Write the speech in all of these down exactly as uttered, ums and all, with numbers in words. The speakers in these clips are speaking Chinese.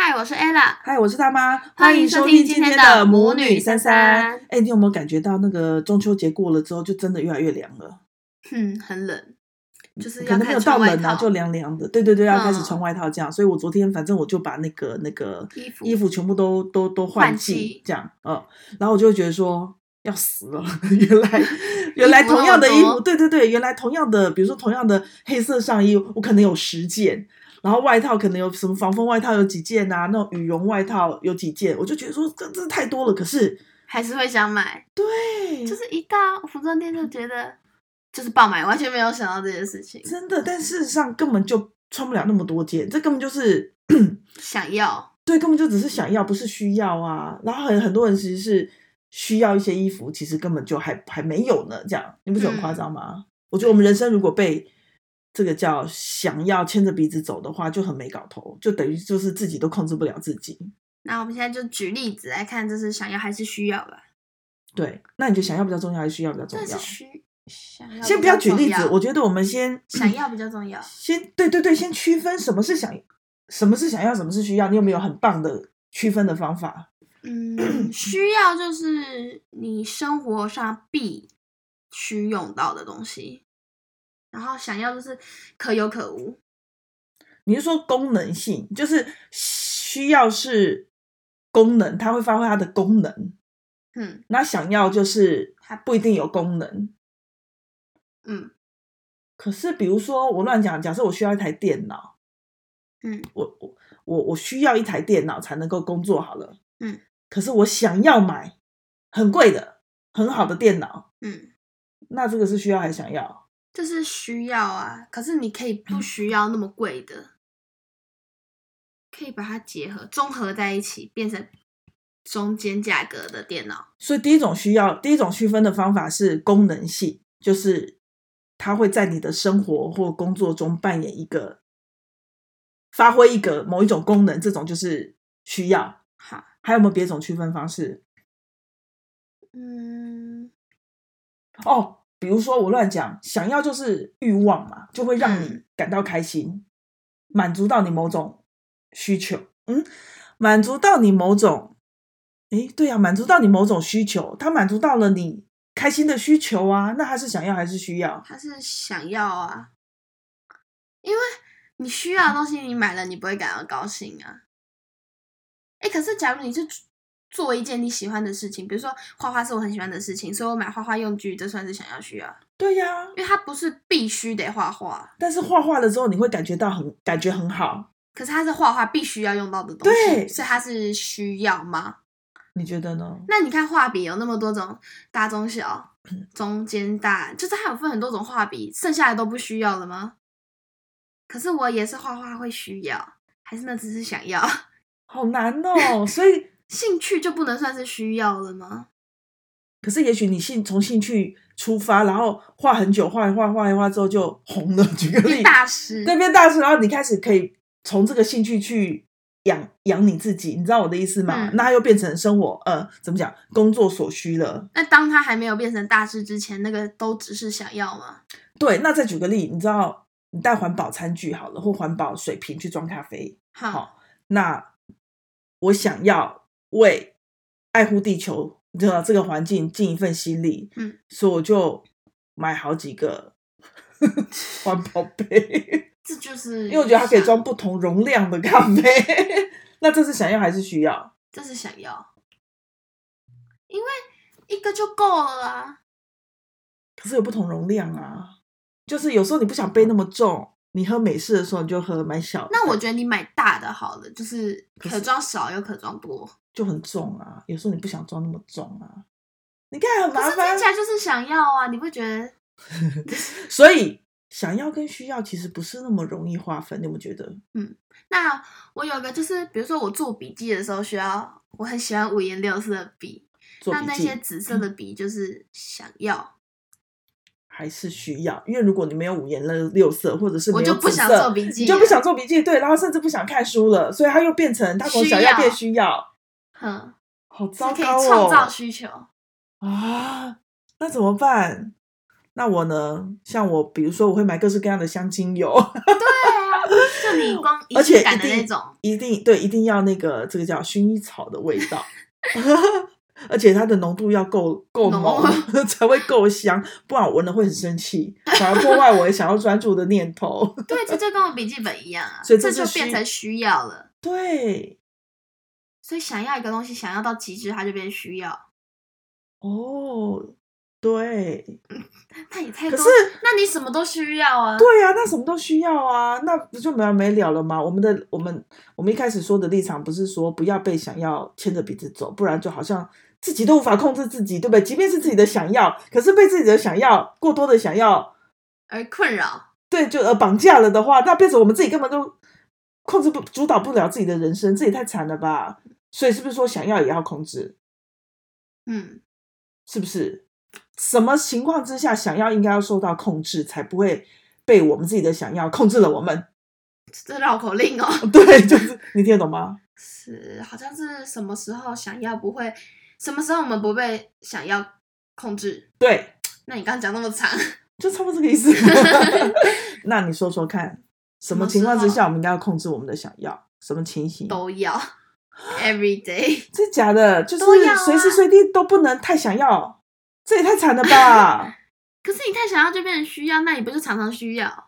嗨，我是 Ella。 嗨，我是他妈， 欢迎收听今天的母女三三。 哎，你有没有感觉到那个中秋节过了之后，就真的越来越凉了？ 嗯，很冷，就是可能没有到冷啊，就凉凉的。对对对，要开始穿外套这样。嗯、所以我昨天反正我就把那个那个衣服衣服全部都都都换季这样，嗯，然后我就觉得说要死了，原来原来同样的衣服，对对对，原来同样的，比如说同样的黑色上衣，我可能有十件。然后外套可能有什么防风外套有几件啊，那种羽绒外套有几件，我就觉得说这这太多了，可是还是会想买。 对， 就是一到服装店就觉得就是爆买，完全没有想到这件事情。 真的，但事实上根本就穿不了那么多件，这根本就是想要， 对，根本就只是想要，不是需要啊。然后很很多人其实是需要一些衣服，其实根本就还还没有呢，这样你不觉得很夸张吗？嗯、我觉得我们人生如果被这个叫想要牵着鼻子走的话，就很没搞头，就等于就是自己都控制不了自己。 那我们现在就举例子来看，这是想要还是需要吧？ 对，那你觉得想要比较重要还是需要比较重要？ 这是需想要。 先不要举例子，我觉得我们先想要比较重要。 先对对对，先区分什么是想什么是想要，什么是需要。你有没有很棒的区分的方法？ 嗯，需要就是你生活上必须用到的东西。然后想要就是可有可无。 你是说功能性，就是需要是功能，它会发挥它的功能。嗯，那想要就是它不一定有功能。嗯，可是比如说我乱讲，假设我需要一台电脑，嗯，我我我我需要一台电脑才能够工作好了。嗯，可是我想要买很贵的、很好的电脑。嗯，那这个是需要还是想要？ 就是需要啊，可是你可以不需要那么贵的，嗯、可以把它结合、综合在一起，变成中间价格的电脑。 所以第一种需要，第一种区分的方法是功能性，就是它会在你的生活或工作中扮演一个、发挥一个某一种功能，这种就是需要。 好， 还有没有别种区分方式？嗯，哦。比如说我乱讲，想要就是欲望嘛，就会让你感到开心，嗯、满足到你某种需求。嗯，满足到你某种，诶，对啊，满足到你某种需求，它满足到了你开心的需求啊，那它是想要还是需要？ 它是想要啊，因为你需要的东西你买了，你不会感到高兴啊。诶，可是假如你是做一件你喜欢的事情，比如说画画是我很喜欢的事情，所以我买画画用具，这算是想要需要。 对呀、啊， 因为它不是必须得画画， 但是画画了之后你会感觉到很感觉很好。 可是它是画画必须要用到的东西，对，所以它是需要吗？ 你觉得呢？ 那你看画笔有那么多种，大中小、中间大，就是它有分很多种画笔，剩下的都不需要了吗？可是我也是画画会需要，还是那只是想要？ 好难哦，所以兴趣就不能算是需要了吗？ 可是也许你兴从兴趣出发，然后画很久，画一画画一画之后就红了。举个例， 变大师， 对，变大师，然后你开始可以从这个兴趣去养养你自己，你知道我的意思吗？嗯、那它又变成生活呃怎么讲工作所需了。 那当他还没有变成大师之前，那个都只是想要吗？ 对，那再举个例，你知道你带环保餐具好了，或环保水瓶去装咖啡，好，好那我想要为爱护地球这个这个环境尽一份心力，嗯，所以我就买好几个环保杯， 这就是因为我觉得它可以装不同容量的咖啡。那这是想要还是需要？ 这是想要，因为一个就够了啊。 可是有不同容量啊，就是有时候你不想背那么重。你喝美式的时候，你就喝蛮小的。 那我觉得你买大的好了，就是可装少又可装多， 就很重啊。有时候你不想装那么重啊，你看很麻烦。 可是听起来就是想要啊，你不觉得？ 所以想要跟需要其实不是那么容易划分，你有没有觉得？ 嗯，那我有个就是，比如说我做笔记的时候需要，我很喜欢五颜六色的笔，那那些紫色的笔就是想要。 还是需要，因为如果你没有五颜六色，或者是没有紫色， 我就不想做笔记， 你就不想做笔记，对，然后甚至不想看书了，所以它又变成它从想要变需要， 哼， 好糟糕哦， 是可以创造需求啊，那怎么办？那我呢？像我，比如说我会买各式各样的香精油， 对啊， 就你光仪式感的那种， 一定对，一定要那个这个叫薰衣草的味道。而且它的浓度要够够浓才会够香，不然我闻了会很生气，反而破坏我想要专注的念头。 对，这就跟我笔记本一样啊， 所以 这, 这就变成需要了。 对， 所以想要一个东西，想要到极致，它就变需要。 哦，对， 那也太多。 可是， 那你什么都需要啊？ 对啊，那什么都需要啊，那不就没完没了了吗？我们的我们我们一开始说的立场不是说不要被想要牵着鼻子走，不然就好像自己都无法控制自己，对不对？即便是自己的想要，可是被自己的想要过多的想要而困扰， 对，就呃绑架了的话，那变成我们自己根本就控制不主导不了自己的人生，这也太惨了吧？所以是不是说想要也要控制？ 嗯， 是不是？什么情况之下想要应该要受到控制，才不会被我们自己的想要控制了我们？ 这绕口令哦。 对，就是你听得懂吗？ 是，好像是什么时候想要不会，什么时候我们不被想要控制？ 对， 那你刚刚讲那么长， 就差不多这个意思。那你说说看，什么情况之下我们应该要控制我们的想要？什么情形都要 ，every day。 这假的，就是随时随地都不能太想要。这也太惨了吧。 可是你太想要就变成需要，那你不是常常需要？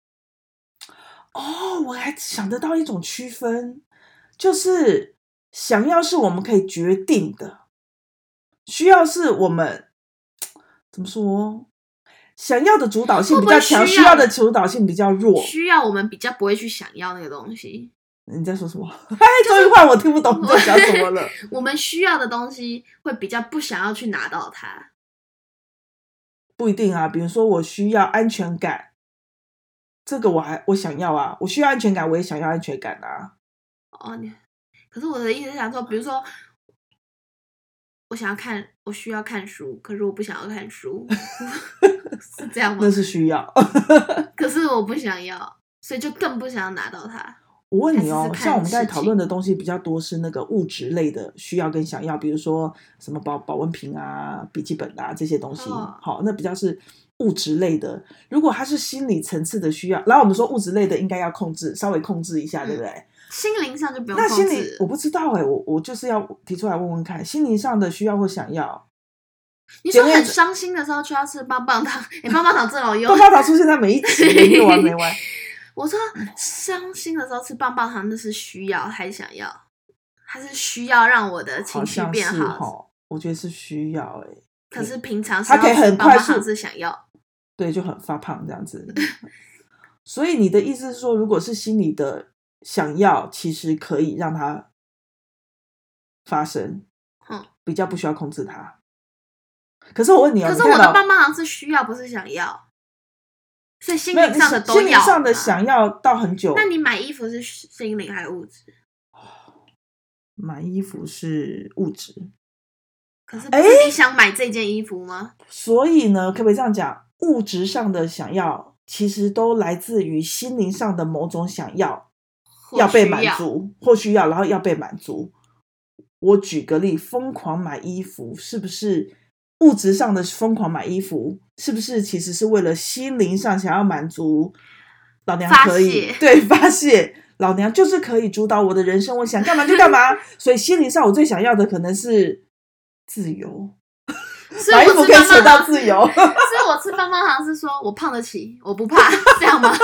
哦，我还想得到一种区分，就是想要是我们可以决定的，需要是我们怎么说？想要的主导性比较强，需要的主导性比较弱。 需要我们比较不会去想要那个东西。 你在说什么？哎，这句话我听不懂你在讲什么了。 我们需要的东西会比较不想要去拿到它。 不一定啊，比如说我需要安全感，这个我还我想要啊，我需要安全感，我也想要安全感啊。 哦，你可是我的意思是想说，比如说我想要看，我需要看书，可是我不想要看书，是这样吗？ 那是需要， 可是我不想要，所以就更不想要拿到它。 我问你哦，像我们刚才讨论的东西比较多是那个物质类的需要跟想要，比如说什么保保温瓶啊、笔记本啊这些东西， 哦、 好，那比较是物质类的。如果它是心理层次的需要，然后我们说物质类的应该要控制，稍微控制一下，嗯、对不对？ 心灵上就不用控制。 那心理我不知道哎、欸，我我就是要提出来问问看，心灵上的需要或想要。 你说很伤心的时候就要吃棒棒糖，哎、欸，棒棒糖真好用。 棒棒糖出现在每一集，没完没完。 我说伤心的时候吃棒棒糖，那是需要还是想要？还是需要让我的情绪变好？ 好，我觉得是需要哎、欸。 可是平常它可以很快速是想要， 对，就很发胖这样子。所以你的意思是说，如果是心理的想要，其实可以让它发生， 嗯， 比较不需要控制它。可是我问你哦， 可是我的棒棒糖是需要，不是想要。所以心灵上的都要， 心灵上的想要到很久。 那你买衣服是心灵还是物质？ 买衣服是物质。 可是不是你想买这件衣服吗？ 所以呢，可不可以这样讲？物质上的想要，其实都来自于心灵上的某种想要，要被满足或需要，然后要被满足。我举个例，疯狂买衣服，是不是？物质上的疯狂买衣服，是不是其实是为了心灵上想要满足？老娘可以对发泄，老娘就是可以主导我的人生，我想干嘛就干嘛。所以心灵上我最想要的可能是自由，买衣服可以扯到自由。 所以我吃棒棒糖是说我胖得起，我不怕，这样吗？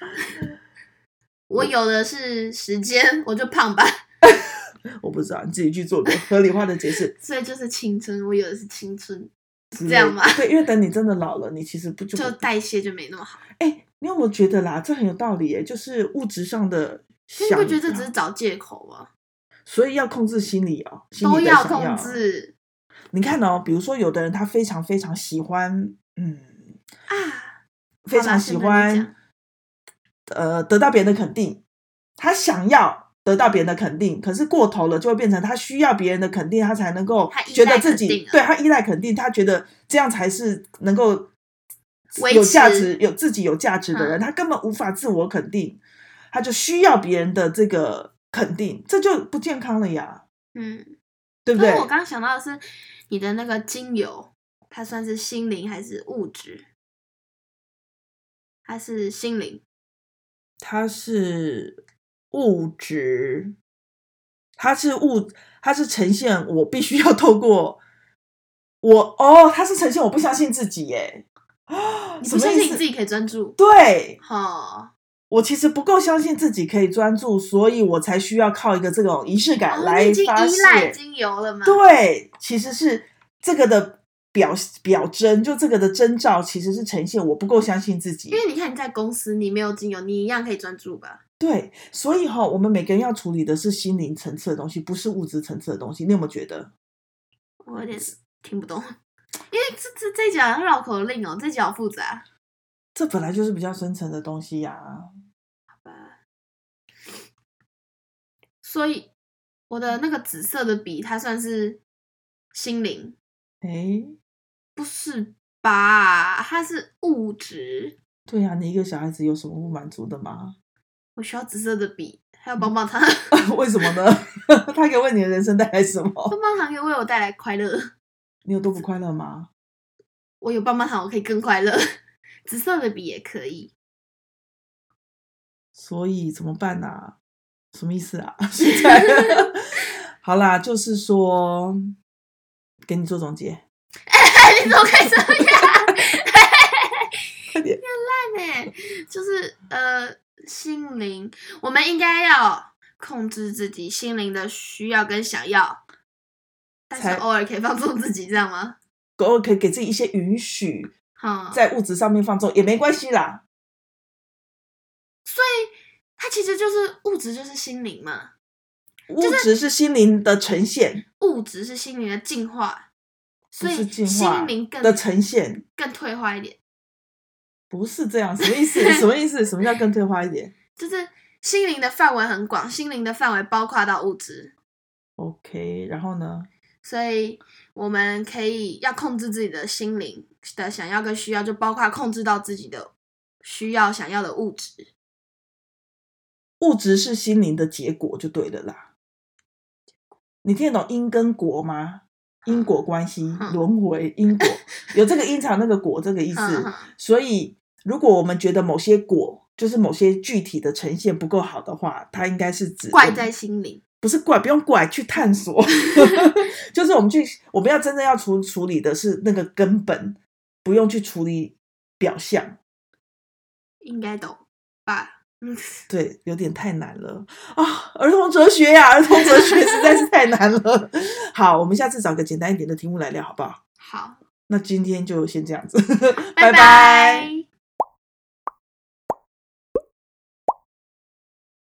我有的是时间，我就胖吧。 我不知道，你自己去做个合理化的解释。 所以就是青春，我有的是青春，这样吗？ 对，因为等你真的老了，你其实不就就代谢就没那么好。 哎、欸，你有没有觉得啦？这很有道理耶，就是物质上的想要。 你不觉得这只是找借口吗？ 所以要控制心理哦，心理都要控制。 你看哦，比如说有的人他非常非常喜欢，嗯啊， 非常喜欢，呃，得到别人的肯定，他想要。得到别人的肯定，可是过头了就会变成他需要别人的肯定，他才能够觉得自己对他依赖肯定，他觉得这样才是能够有价值、有自己有价值的人，嗯、他根本无法自我肯定，他就需要别人的这个肯定，这就不健康了呀。 嗯， 对不对？ 我刚刚想到的是你的那个精油，它算是心灵还是物质？它是心灵。 它是物质，它是物，它是呈现我必须要透过我哦，它是呈现我不相信自己耶。 你不相信你自己可以专注？ 对， 哦， 我其实不够相信自己可以专注，所以我才需要靠一个这种仪式感来发泄。 哦、你已经依赖精油了吗？ 对，其实是这个的表表征，就这个的征兆，其实是呈现我不够相信自己。 因为你看你在公司，你没有精油，你一样可以专注吧？ 对，所以哈、哦，我们每个人要处理的是心灵层次的东西，不是物质层次的东西。你有没有觉得？ 我有点听不懂。因为这这这一集好像绕口令哦，这一集好复杂。 这本来就是比较深层的东西呀、啊。 好吧。所以我的那个紫色的笔，它算是心灵？ 诶， 不是吧？它是物质。 对呀、啊，你一个小孩子有什么不满足的吗？ 我需要紫色的笔，还有棒棒糖。 为什么呢？它可以为你的人生带来什么？ 棒棒糖可以为我带来快乐。 你有多不快乐吗？ 我有棒棒糖，我可以更快乐。紫色的笔也可以。 所以怎么办啊？什么意思啊？现在好啦，就是说，给你做总结。 哎，你怎么可以这样？ 快点， 很烂哎！就是呃，心灵，我们应该要控制自己心灵的需要跟想要，但是偶尔可以放纵自己，这样吗？ 偶尔可以给自己一些允许， 嗯， 在物质上面放纵也没关系啦。 所以它其实就是物质，就是心灵嘛。 物质是心灵的呈现， 物质是心灵的进化，所以心灵更的呈现更退化一点。 不是这样，什么意思？什么意思？什么叫更退化一点？ 就是心灵的范围很广，心灵的范围包括到物质。 OK， 然后呢？ 所以我们可以要控制自己的心灵的想要跟需要，就包括控制到自己的需要想要的物质。 物质是心灵的结果就对了啦。你听得懂因跟果吗？因果关系、 嗯、 轮回、因果，有这个因藏那个果这个意思。嗯、所以如果我们觉得某些果就是某些具体的呈现不够好的话，它应该是指怪在心灵。 不是怪，不用怪，去探索。就是我们去，我们要真正要处处理的是那个根本，不用去处理表象。 应该懂吧？ 对，有点太难了啊！儿童哲学呀、啊，儿童哲学实在是太难了。好，我们下次找个简单一点的题目来聊，好不好？ 好， 那今天就先这样子， 拜拜。